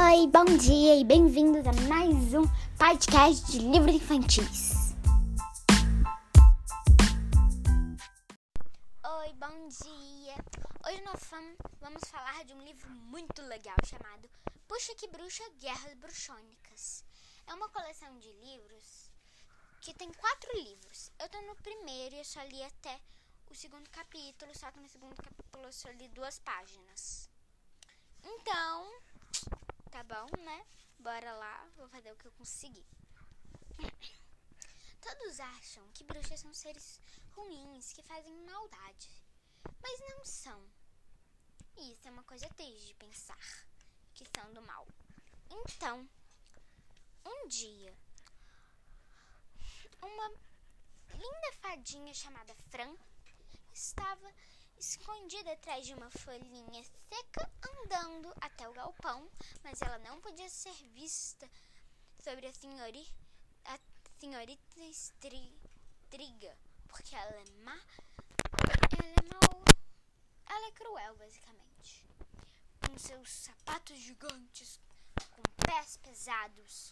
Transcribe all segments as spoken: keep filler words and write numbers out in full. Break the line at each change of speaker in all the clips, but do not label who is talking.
Oi, bom dia e bem-vindos a mais um podcast de livros infantis. Oi, bom dia. Hoje nós vamos falar de um livro muito legal chamado Puxa que Bruxa, Guerras Bruxônicas. É uma coleção de livros que tem quatro livros. Eu tô no primeiro e eu só li até o segundo capítulo, só que no segundo capítulo eu só li duas páginas. Então, tá bom, né? Bora lá, vou fazer o que eu consegui. Todos acham que bruxas são seres ruins, que fazem maldade. Mas não são. E isso é uma coisa triste de pensar, que são do mal. Então, um dia, uma linda fadinha chamada Fran estava escondida atrás de uma folhinha seca, andando até o galpão, mas ela não podia ser vista sobre a senhorita, a senhorita Striga, porque ela é má, ela é mal, ela é cruel, basicamente, com seus sapatos gigantes, com pés pesados.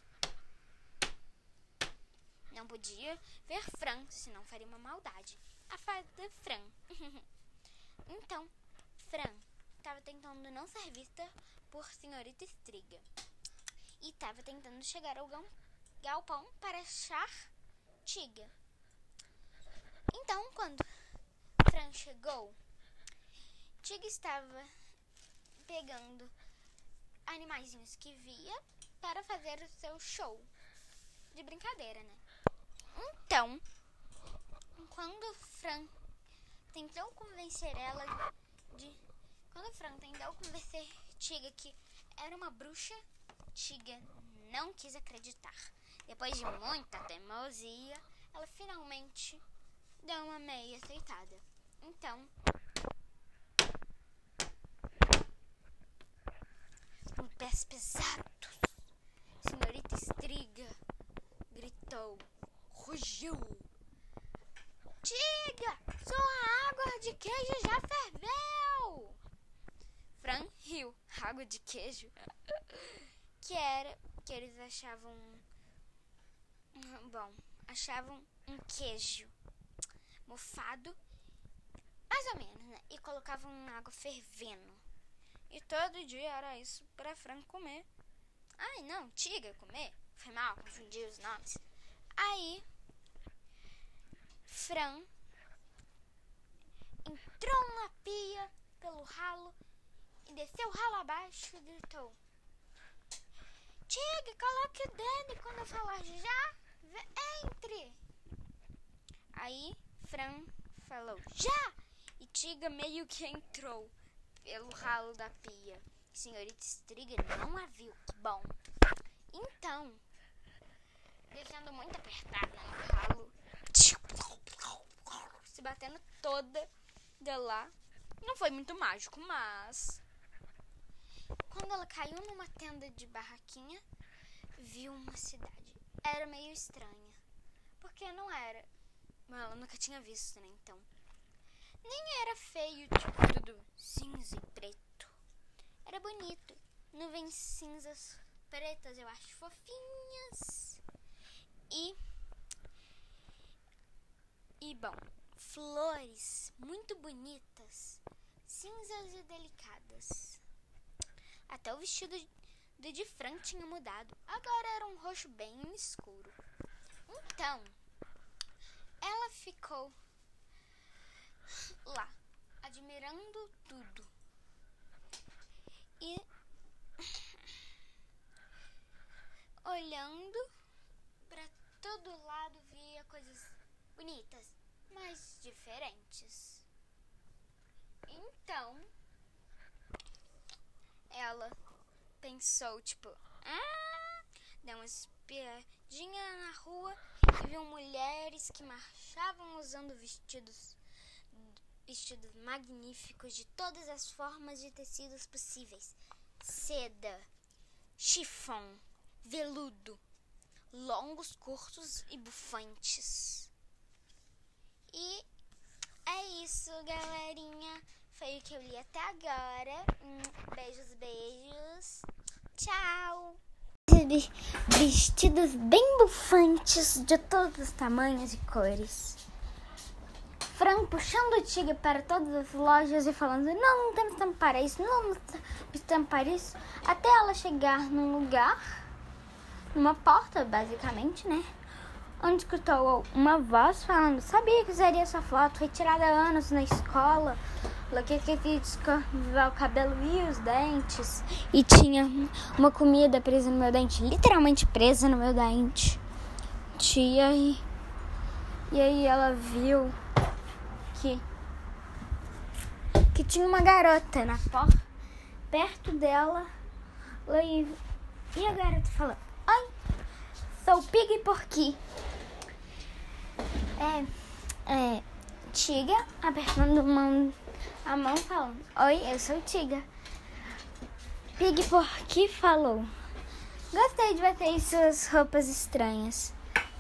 Não podia ver Fran, senão faria uma maldade. A fada Fran. Então, Fran estava tentando não ser vista por senhorita Striga e estava tentando chegar ao galpão para achar Tiga. Então, quando Fran chegou, Tiga estava pegando animaizinhos que via para fazer o seu show de brincadeira, né? Então, quando Fran tentou convencer ela de... Quando Fran tentou convencer Tiga que era uma bruxa, Tiga não quis acreditar. Depois de muita teimosia, ela finalmente deu uma meia aceitada. Então, com pés pesados, senhorita Striga gritou, rugiu: Tiga, sua água de queijo já ferveu! Fran riu. Água de queijo? Que era que eles achavam... Bom, achavam um queijo mofado, mais ou menos, né? E colocavam na água fervendo. E todo dia era isso pra Fran comer. Ai, não, Tiga comer? Foi mal, confundi os nomes. Aí, Fran entrou na pia pelo ralo e desceu o ralo abaixo e gritou: Tiga, coloque o dedo e quando eu falar já, entre. Aí, Fran falou já! E Tiga meio que entrou pelo ralo da pia. Senhorita Striga não a viu, que bom. Então, deixando muito apertada no ralo, se batendo toda de lá. Não foi muito mágico, mas quando ela caiu numa tenda de barraquinha, viu uma cidade. Era meio estranha, porque não era, ela nunca tinha visto, né? Então, nem era feio, tipo tudo cinza e preto. Era bonito. Nuvens cinzas pretas, eu acho fofinhas. E E bom, flores muito bonitas, cinzas e delicadas. Até o vestido de, de Fran tinha mudado. Agora era um roxo bem escuro. Então, ela ficou lá, admirando tudo. E olhando para todo lado, via coisas bonitas, mas diferentes. Então, ela pensou, tipo, ah! Deu uma espiadinha na rua e viu mulheres que marchavam usando vestidos, vestidos magníficos de todas as formas de tecidos possíveis: seda, chiffon, veludo, longos, curtos e bufantes. E é isso, galerinha. Foi o que eu li até agora. Beijos, beijos. Tchau!
Vestidos bem bufantes, de todos os tamanhos e cores. Fran puxando o tigre para todas as lojas e falando: não, não temos tempo para isso, não, não temos tempo para isso. Até ela chegar num lugar, numa porta, basicamente, né? Onde escutou uma voz falando: sabia que usaria sua foto, foi tirada há anos na escola. Que queria descolocar o cabelo e os dentes. E tinha uma comida presa no meu dente, literalmente presa no meu dente. Tia, e, e aí ela viu que, que tinha uma garota na porta, perto dela. E, e a garota falou: oi, sou Pig Porqui. É, é, Tiga, apertando a mão, a mão falando: oi, eu sou Tiga. Pig Porqui falou: gostei de você e suas roupas estranhas.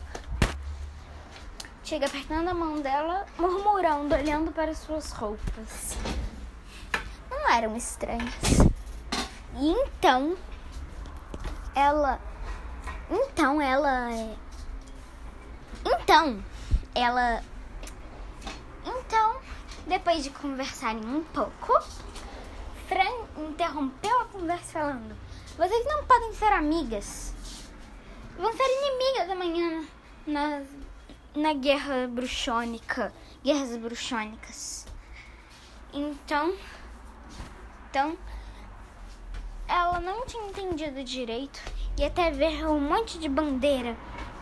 Tiga apertando a mão dela, murmurando, olhando para suas roupas. Não eram estranhas. E então, ela... Então, ela... Então, ela... Então, depois de conversarem um pouco, Fran interrompeu a conversa falando: vocês não podem ser amigas. Vão ser inimigas amanhã na, na guerra bruxônica. Guerras bruxônicas. Então, então, ela não tinha entendido direito e até ver um monte de bandeira.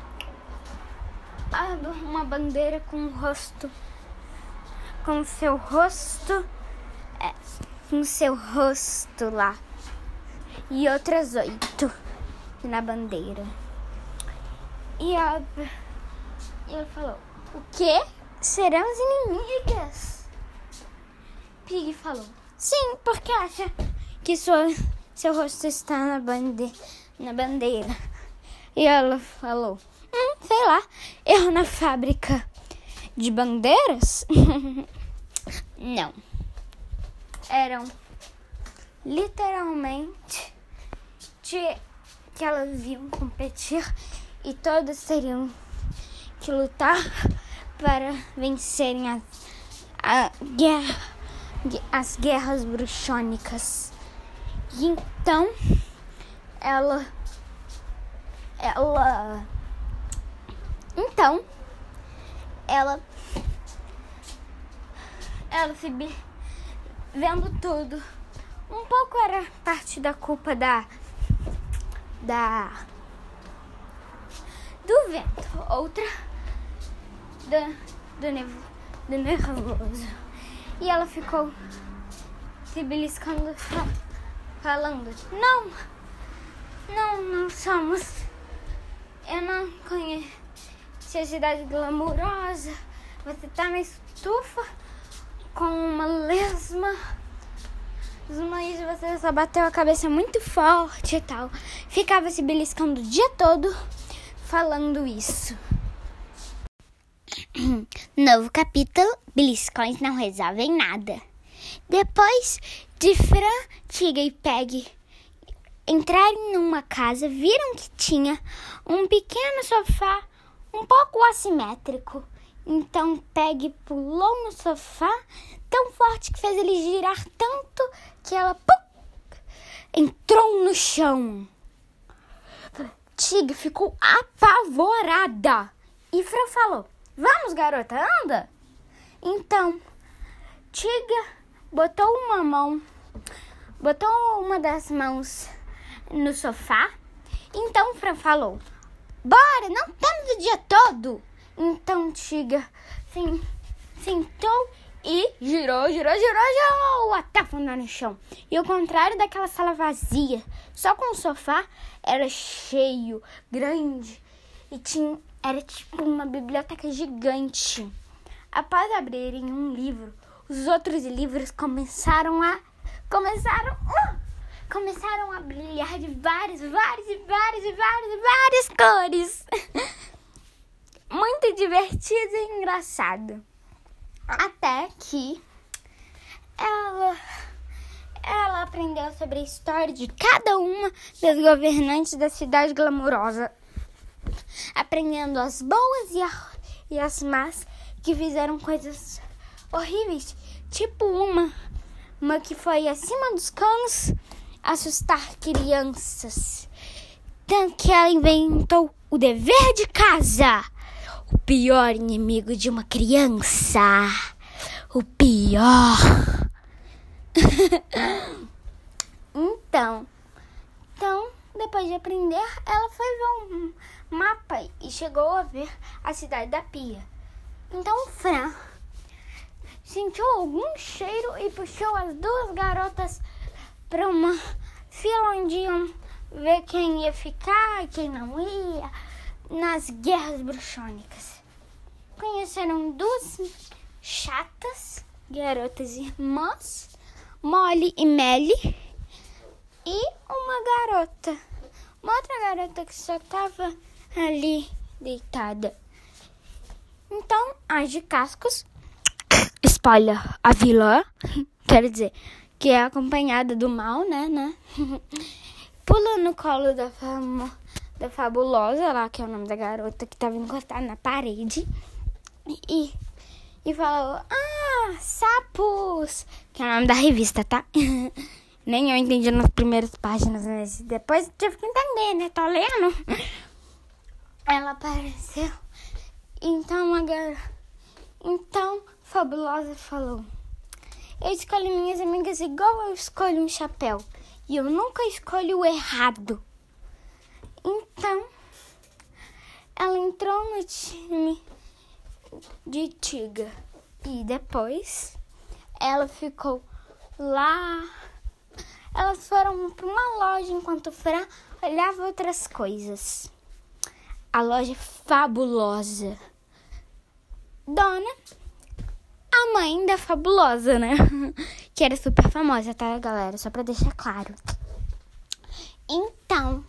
Uma bandeira com o rosto... Com seu rosto, é, com seu rosto lá. E outras oito na bandeira. E ela, e ela falou: o quê? Seremos inimigas? Pig falou: sim, porque acha que sua, seu rosto está na, bande, na bandeira. E ela falou: hum, sei lá, eu na fábrica de bandeiras? Não. Eram literalmente de que elas iam competir e todas teriam que lutar para vencerem a, a guerra, as guerras bruxônicas. E então ela ela então ela ela se vendo tudo. Um pouco era parte da culpa da da do vento, outra da do, nevo, do nervoso. E ela ficou se beliscando, falando: não, não, não somos. Eu não conheço a cidade glamurosa. Você tá na estufa com uma lesma, mas você só bateu a cabeça muito forte e tal. Ficava se beliscando o dia todo falando isso. Novo capítulo: beliscões não resolvem nada. Depois de Fran, Tiga e Peg entrarem numa casa, viram que tinha um pequeno sofá um pouco assimétrico. Então Peg pulou no sofá tão forte que fez ele girar tanto que ela pum, entrou no chão. Tiga ficou apavorada e Fran falou: vamos, garota, anda. Então Tiga botou uma mão, botou uma das mãos no sofá. Então Fran falou: bora, não temos o dia todo. Então Tiga sim, sentou e girou, girou, girou, girou até afundar no chão. E ao contrário daquela sala vazia, só com o sofá, era cheio, grande e tinha, era tipo uma biblioteca gigante. Após abrirem um livro, os outros livros começaram a começaram uh, começaram a brilhar de várias, várias e várias e várias e várias cores. Muito divertido e engraçado. Até que ela, ela aprendeu sobre a história de cada uma das governantes da cidade glamurosa, aprendendo as boas e, a, e as más que fizeram coisas horríveis, tipo uma, uma que foi acima dos canos assustar crianças, tanto que ela inventou o dever de casa, o pior inimigo de uma criança, o pior. então, então, depois de aprender, ela foi ver um mapa e chegou a ver a cidade da Pia. Então, Fran sentiu algum cheiro e puxou as duas garotas para uma fila onde iam ver quem ia ficar e quem não ia nas guerras bruxônicas. Conheceram duas chatas, garotas irmãs, Molly e Melly, e uma garota, uma outra garota que só estava ali deitada. Então, as de cascos, spoiler, a vilã, quer dizer, que é acompanhada do mal, né, né? Pula no colo da, famo, da fabulosa, lá que é o nome da garota, que estava encostada na parede, e, e falou, ah, sapos, que é o nome da revista, tá? Nem eu entendi nas primeiras páginas, mas depois tive que entender, né? Tô lendo. Ela apareceu. Então, a gar... então, Fabulosa falou, eu escolho minhas amigas igual eu escolho um chapéu. E eu nunca escolho o errado. Então, ela entrou no time de Tiga. E depois, ela ficou lá. Elas foram para uma loja enquanto o Fran olhava outras coisas. A loja fabulosa. Dona, a mãe da Fabulosa, né? Que era super famosa, tá, galera? Só pra deixar claro. Então,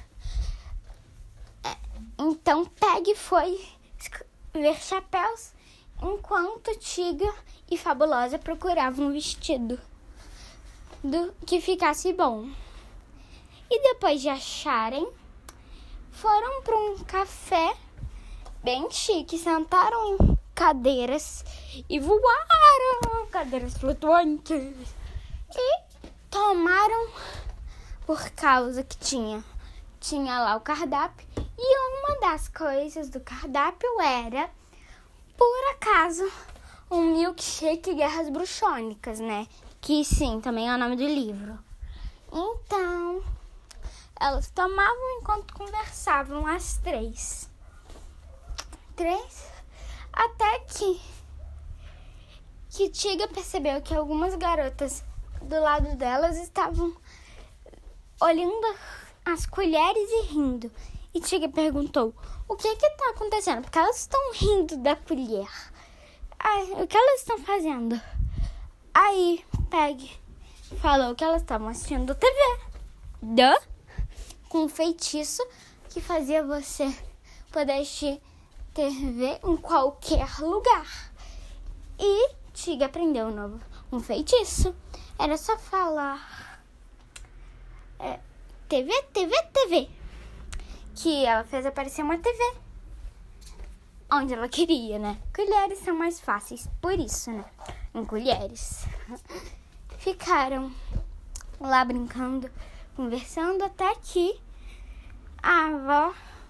é, então Peg foi ver chapéus enquanto Tiga e Fabulosa procuravam um vestido do que ficasse bom. E depois de acharem, foram para um café bem chique, sentaram em cadeiras e voaram, cadeiras flutuantes, e tomaram, por causa que tinha, tinha lá o cardápio, e uma das coisas do cardápio era, por acaso, um milkshake Guerras Bruxônicas, né? Que sim, também é o nome do livro. Então, elas tomavam enquanto conversavam as três. Três? Até que, que Tiga percebeu que algumas garotas do lado delas estavam olhando as colheres e rindo. E Tiga perguntou, o que que tá acontecendo? Porque elas estão rindo da colher. Ai, o que elas estão fazendo? Aí, Peg falou que elas estavam assistindo T V. Duh? Com um feitiço que fazia você poder assistir T V em qualquer lugar. E Tiga aprendeu um novo um feitiço. Era só falar é, T V, T V, T V. Que ela fez aparecer uma T V onde ela queria, né? Colheres são mais fáceis, por isso, né? Em colheres. Ficaram lá brincando, conversando, até que a avó...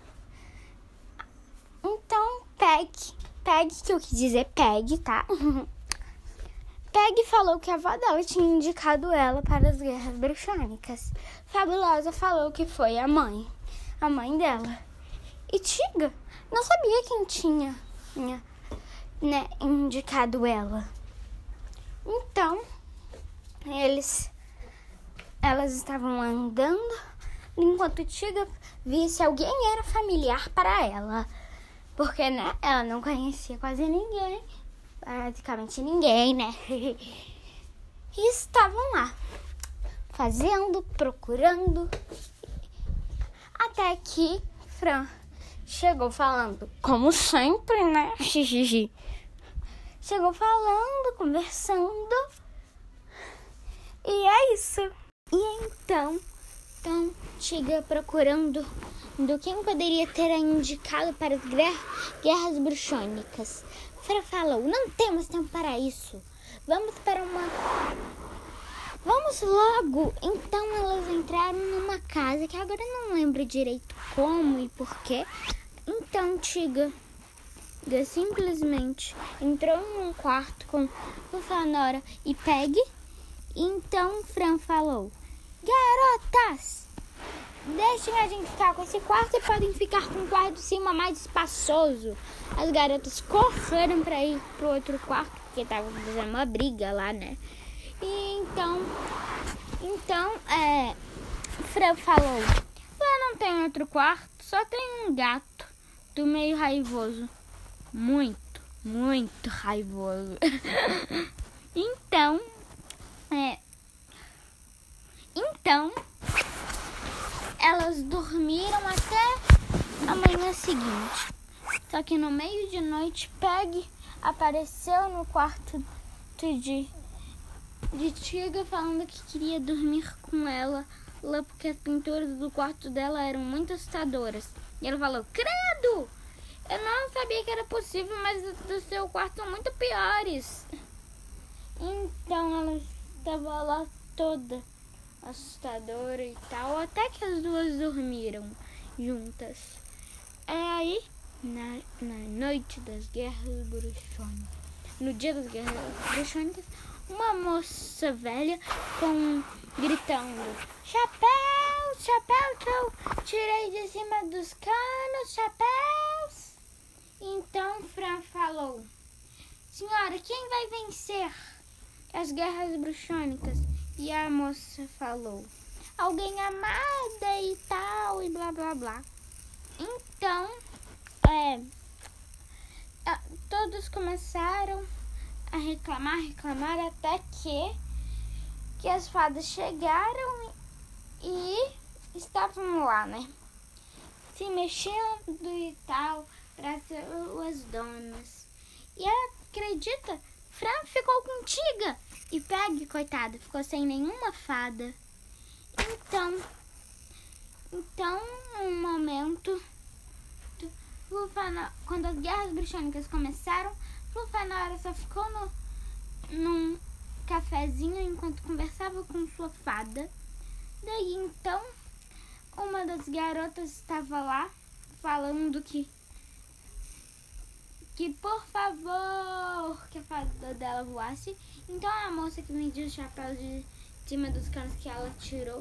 Então, Peg, Peg, que eu quis dizer Peg, tá? Peg falou que a avó dela tinha indicado ela para as guerras bruxônicas. Fabulosa falou que foi a mãe, a mãe dela. E Tiga não sabia quem tinha, tinha né, indicado ela. Então, eles, elas estavam andando enquanto Tiga via se alguém era familiar para ela. Porque, né, ela não conhecia quase ninguém, praticamente ninguém, né? E estavam lá, fazendo, procurando, até que Fran chegou falando, como sempre, né? Chegou falando, conversando, e é isso. E então, então Tiga procurando do quem poderia ter a indicado para as guerras bruxônicas. Fran falou, não temos tempo para isso. Vamos para uma... Vamos logo! Então elas entraram numa casa que agora eu não lembro direito como e porquê. Então Tiga simplesmente entrou num quarto com Lufa-Nora e Peg. Então Fran falou, garotas, deixem a gente ficar com esse quarto e podem ficar com o quarto de cima mais espaçoso. As garotas correram para ir pro outro quarto, porque tava fazendo uma briga lá, né? E então, então, é, Fran falou, lá não tem outro quarto, só tem um gato do meio raivoso. Muito, muito raivoso. Então, é, então, elas dormiram até a manhã seguinte. Só que no meio de noite, Peg apareceu no quarto de, de Tiga falando que queria dormir com ela lá porque as pinturas do quarto dela eram muito assustadoras. E ela falou, credo! Eu não sabia que era possível, mas do seu quarto são muito piores. Então ela estava lá toda assustadora e tal, até que as duas dormiram juntas. É aí, na, na noite das guerras bruxônicas, no dia das guerras bruxônicas, uma moça velha com, gritando, chapéus, chapéu que eu tirei de cima dos canos, chapéus. Então Fran falou, senhora, quem vai vencer as guerras bruxônicas? E a moça falou, alguém amada e tal, e blá blá blá. Então, é, todos começaram a reclamar, reclamar, até que, que as fadas chegaram e estavam lá, né? Se mexendo e tal, para ser as donas. E acredita, Fran ficou com Tiga. E Peg, coitada, ficou sem nenhuma fada. Então, então, um momento, quando as guerras bruxônicas começaram, Lufa-Nora só ficou no, num cafezinho enquanto conversava com sua fada. Daí, então, uma das garotas estava lá falando que que por favor que a fada dela voasse. Então a moça que mediu o chapéu de cima dos canos que ela tirou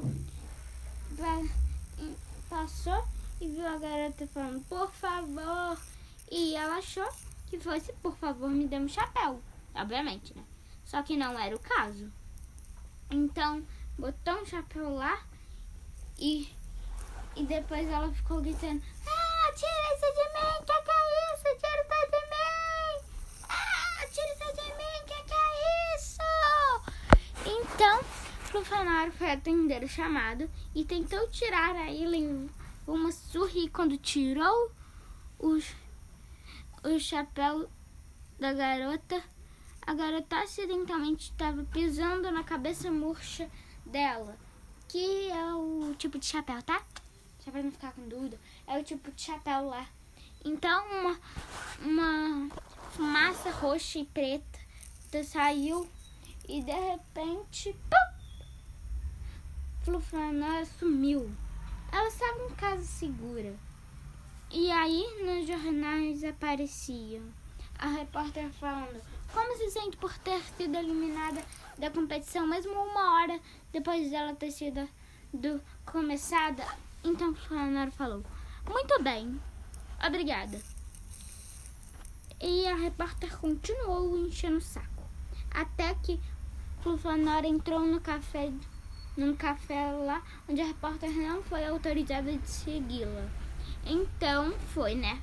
passou e viu a garota falando por favor, e ela achou que fosse por favor me dê um chapéu, obviamente, né? Só que não era o caso. Então botou um chapéu lá e, e depois ela ficou gritando, ah, tira isso de mim, que que é isso? Tira isso de mim! Ah, tira isso de mim, que que é isso? Então, Lufa-Nora foi atender o chamado e tentou tirar a Ilha em uma surra, e quando tirou o, o chapéu da garota, a garota acidentalmente estava pisando na cabeça murcha dela, que é o tipo de chapéu, tá? Só pra não ficar com dúvida, é o tipo de chapéu lá. Então uma, uma fumaça roxa e preta saiu e de repente, pum! Lufa-Nora sumiu. Ela estava em casa segura. E aí nos jornais apareciam a repórter falando, como se sente por ter sido eliminada da competição, mesmo uma hora depois dela ter sido do, começada. Então Lufa-Nora falou, muito bem, obrigada. E a repórter continuou enchendo o saco, até que Lufa-Nora entrou no café, num café lá, onde a repórter não foi autorizada de segui-la. Então foi, né?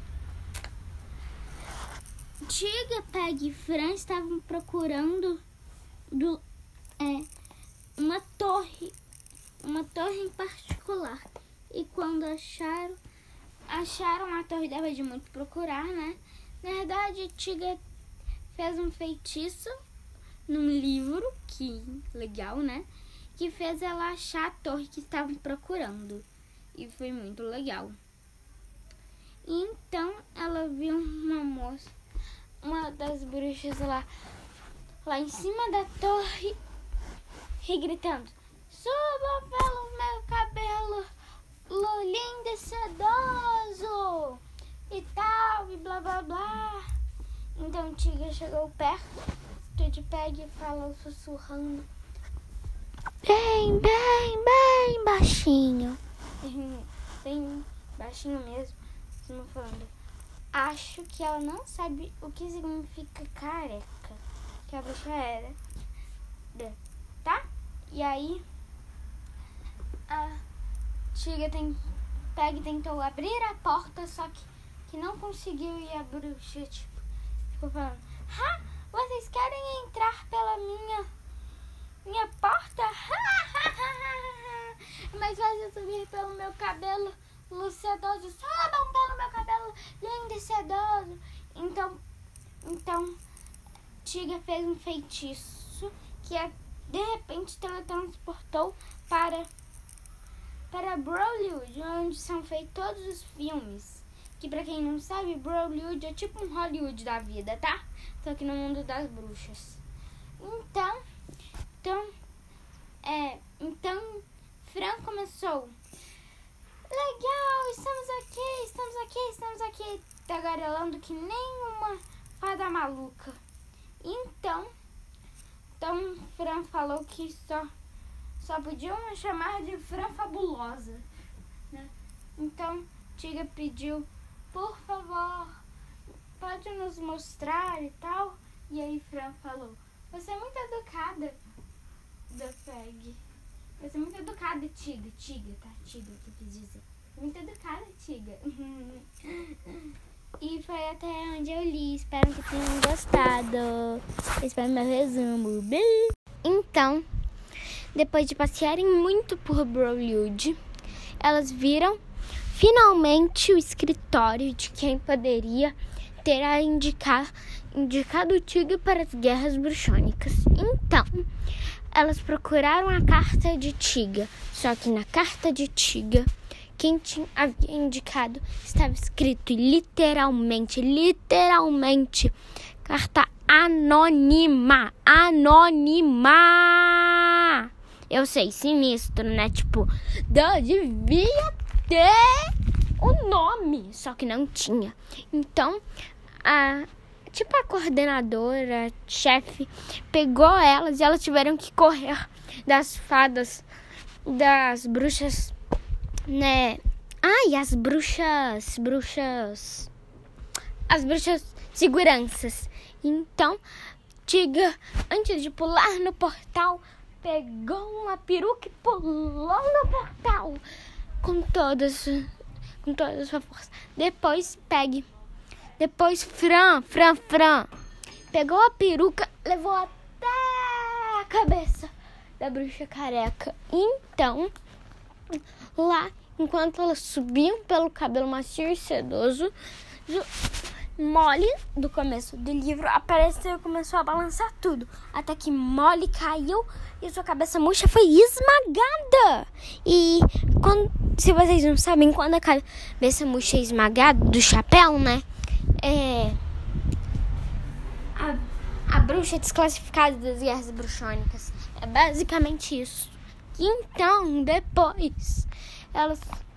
Tiga, Peg e Fran estavam procurando do, é, uma torre, uma torre em particular. E quando acharam, acharam a torre, dava de muito procurar, né? Na verdade, Tiga fez um feitiço num livro, que legal, né? que fez ela achar a torre que estavam procurando. E foi muito legal. Então ela viu uma moça, uma das bruxas lá, lá em cima da torre, e gritando: suba pelo meu cabelo, lindo e sedoso, e tal, e blá blá blá. Então Tigre chegou perto, Tude pega e fala sussurrando bem, bem, bem baixinho. Bem baixinho mesmo, falando: acho que ela não sabe o que significa careca, que a bruxa era, tá? E aí a Tigre tem, pega e tentou abrir a porta, só que, que não conseguiu, e a bruxa tipo, ficou falando: ah, vocês querem entrar pela minha minha porta? Mas vai subir pelo meu cabelo sedoso, subam pelo meu cabelo lindo e sedoso. Então, então Tigre fez um feitiço que de repente teletransportou para para Bollywood, onde são feitos todos os filmes. Que, pra quem não sabe, Bollywood é tipo um Hollywood da vida, tá? Só que no mundo das bruxas. Então, então, é, então Fran começou: legal, estamos aqui, estamos aqui, estamos aqui, tagarelando que nem uma fada maluca. Então, então Fran falou que só, só podiam chamar de Fran Fabulosa, né? Então Tigre pediu: por favor, pode nos mostrar e tal. E aí Fran falou: você é muito educada, da Peg. Você é muito educada, Tigre. Tigre, tá? Tigre, que eu quis dizer. Muito educada, Tigre. E foi até onde eu li. Espero que tenham gostado. Esse foi meu resumo. Então, depois de passearem muito por Bollywood, elas viram finalmente o escritório de quem poderia ter a indicar, indicado o Tigre para as guerras bruxônicas. Então, elas procuraram a carta de Tigre, só que na carta de Tigre, quem tinha, havia indicado estava escrito literalmente, literalmente, carta anônima, anônima. Eu sei, sinistro, né? Tipo, devia ter o nome, só que não tinha. Então, a... tipo, a coordenadora, a chefe, pegou elas e elas tiveram que correr das fadas, das bruxas, né? Ai, as bruxas, bruxas, as bruxas seguranças. Então, Tigre, antes de pular no portal, pegou uma peruca e pulou no portal com todas, com toda a sua força. Depois, pegue. Depois, Fran, Fran, Fran, pegou a peruca, levou até a cabeça da bruxa careca. Então, lá, enquanto elas subiam pelo cabelo macio e sedoso, Molly, do começo do livro, apareceu e começou a balançar tudo. Até que Molly caiu e sua cabeça murcha foi esmagada. E, quando, se vocês não sabem, quando a cabeça murcha é esmagada do chapéu, né? É, a, a bruxa é desclassificada das guerras bruxônicas. É basicamente isso. Então, depois, elas...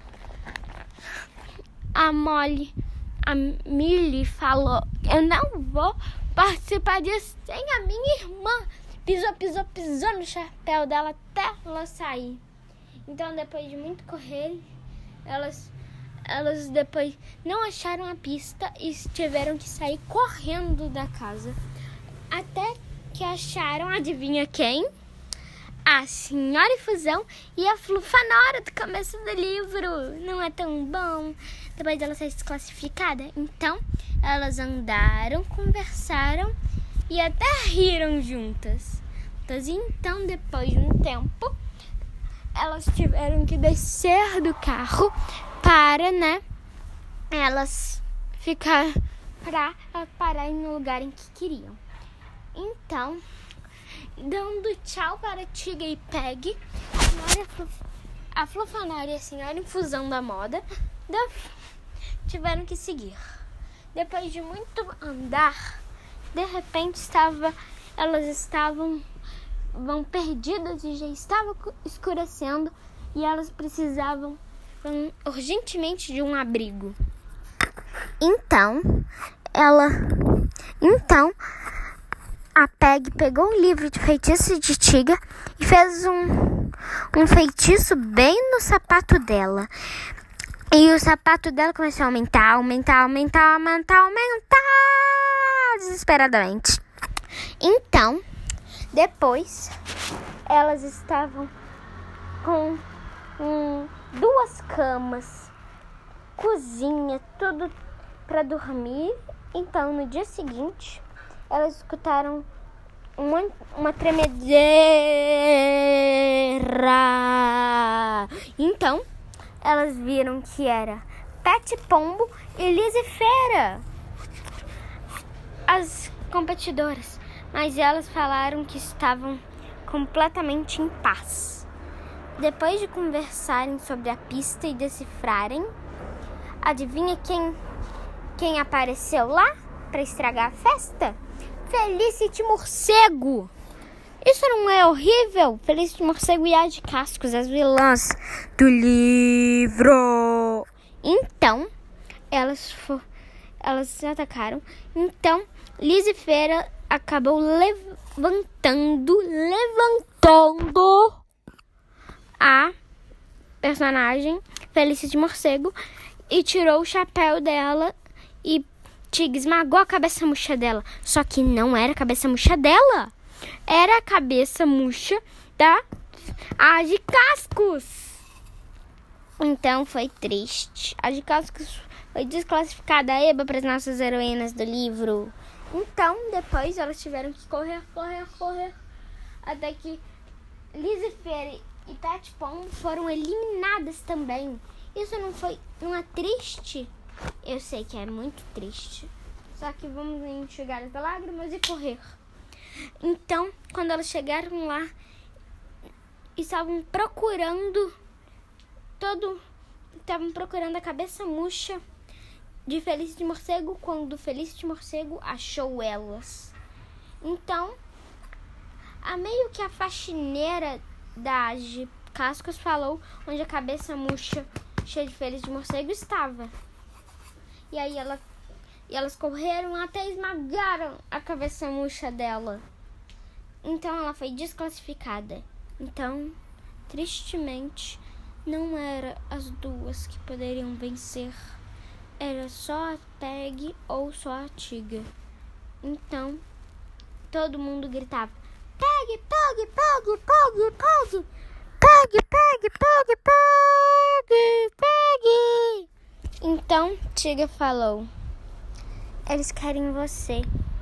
A Molly, a Millie falou: eu não vou participar disso sem a minha irmã. Pisou, pisou, pisou no chapéu dela até ela sair. Então, depois de muito correr, elas... Elas depois não acharam a pista e tiveram que sair correndo da casa. Até que acharam, adivinha quem? A Senhora Infusão e a Flufanora do começo do livro. Não é tão bom? Depois dela ser desclassificada. Então, elas andaram, conversaram e até riram juntas. Então, depois de um tempo, elas tiveram que descer do carro para, né, elas ficar para parar no lugar em que queriam. Então, dando tchau para Tiga e Peg, a, senhora Flu, a Flufanora e a senhora Infusão da Moda da, tiveram que seguir. Depois de muito andar, de repente estava, elas estavam vão perdidas e já estava escurecendo e elas precisavam um, urgentemente de um abrigo. Então, ela, então a Peg pegou um livro de feitiço de Tiga e fez um, um feitiço bem no sapato dela. E o sapato dela começou a aumentar, aumentar, aumentar, aumentar, aumentar desesperadamente. Então, depois, elas estavam com um, duas camas, cozinha, tudo para dormir. Então, no dia seguinte, elas escutaram uma, uma tremedeira. Então, elas viram que era Pet Pombo e Lisifera, as competidoras. Mas elas falaram que estavam completamente em paz. Depois de conversarem sobre a pista e decifrarem, adivinha quem, quem apareceu lá para estragar a festa? Felicity Morcego! Isso não é horrível? Felicity Morcego e a de Cascos, as vilãs do livro. Então, elas, for, elas atacaram. Então, Lisifera acabou levantando, levantando a personagem Felicity Morcego e tirou o chapéu dela e Tiga esmagou a cabeça murcha dela. Só que não era a cabeça murcha dela. Era a cabeça murcha da a de Cascos. Então foi triste. A de Cascos foi desclassificada. Eba para as nossas heroínas do livro. Então depois elas tiveram que correr, correr, correr. Até que Lisifera e Pet Pombo foram eliminadas também. Isso não foi, não é triste? Eu sei que é muito triste. Só que vamos enxugar as lágrimas e correr. Então, quando elas chegaram lá, estavam procurando todo, estavam procurando a cabeça murcha de Felicity Morcego, quando Felicity Morcego achou elas. Então, a meio que a faxineira da de Cascos falou onde a cabeça murcha cheia de Felicity Morcego estava. E aí ela, e elas correram até esmagaram a cabeça murcha dela. Então ela foi desclassificada. Então, tristemente, não era as duas que poderiam vencer. Era só a Peg ou só a Tiga. Então, todo mundo gritava: Peg, Peg, Peg, Peg, Peg, Peg, Peg, Peg, Peg, Peg. Então, Tiga falou: eles querem você.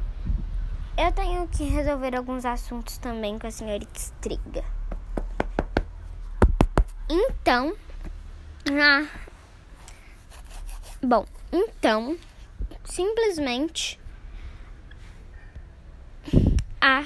Eu tenho que resolver alguns assuntos também com a senhorita Striga. Então, ah, bom, então, simplesmente a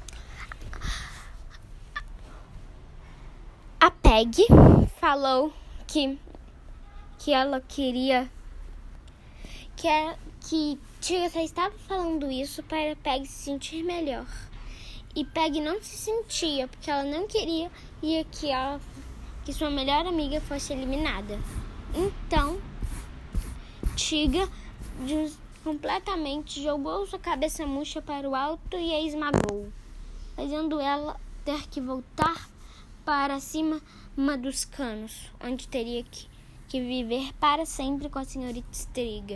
a Peg falou que que ela queria que é que Tiga só estava falando isso para Peg se sentir melhor. E Peg não se sentia, porque ela não queria e que, ela, que sua melhor amiga fosse eliminada. Então, Tiga completamente jogou sua cabeça murcha para o alto e a esmagou, fazendo ela ter que voltar para cima uma dos canos, onde teria que, que viver para sempre com a senhorita Striga.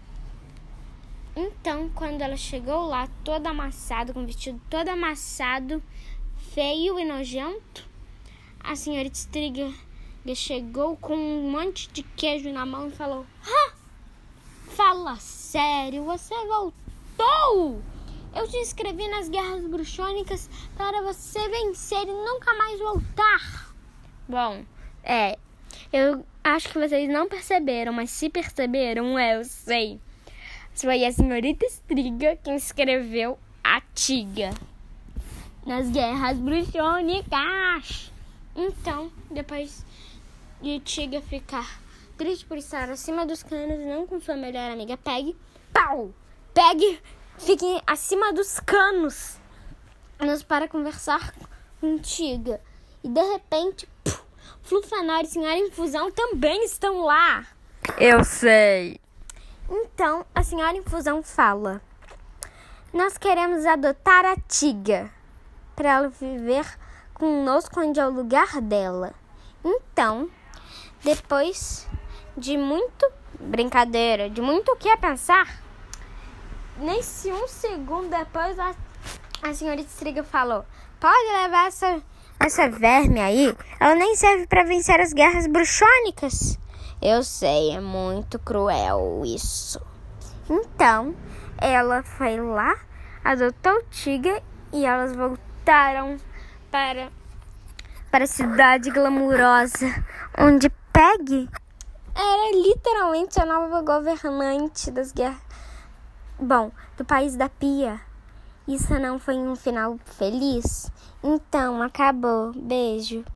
Então, quando ela chegou lá, toda amassada, com o vestido todo amassado, feio e nojento, a senhorita Striga chegou com um monte de queijo na mão e falou: ah, fala sério, você voltou? Eu te inscrevi nas guerras bruxônicas para você vencer e nunca mais voltar. Bom, é, eu acho que vocês não perceberam, mas se perceberam, eu sei. Foi a senhorita Striga quem escreveu a Tiga. nas guerras bruxônicas. Então, depois de Tiga ficar triste por estar acima dos canos e não com sua melhor amiga Peg, pau! Peg fica acima dos canos para conversar com Tiga. E de repente, puf, Flufanor e Senhora Infusão também estão lá.
Eu sei.
Então, a Senhora Infusão fala: nós queremos adotar a Tiga para ela viver conosco onde é o lugar dela. Então, depois de muito brincadeira, de muito o que a pensar, nesse um segundo depois, a, a senhorita Striga falou: pode levar essa, essa verme aí, ela nem serve para vencer as guerras bruxônicas. Eu sei, é muito cruel isso. Então, ela foi lá, adotou Tiga e elas voltaram para, para a cidade glamurosa, onde Peg era literalmente a nova governante das guerras. Bom, do país da Pia. Isso não foi um final feliz? Então, acabou. Beijo.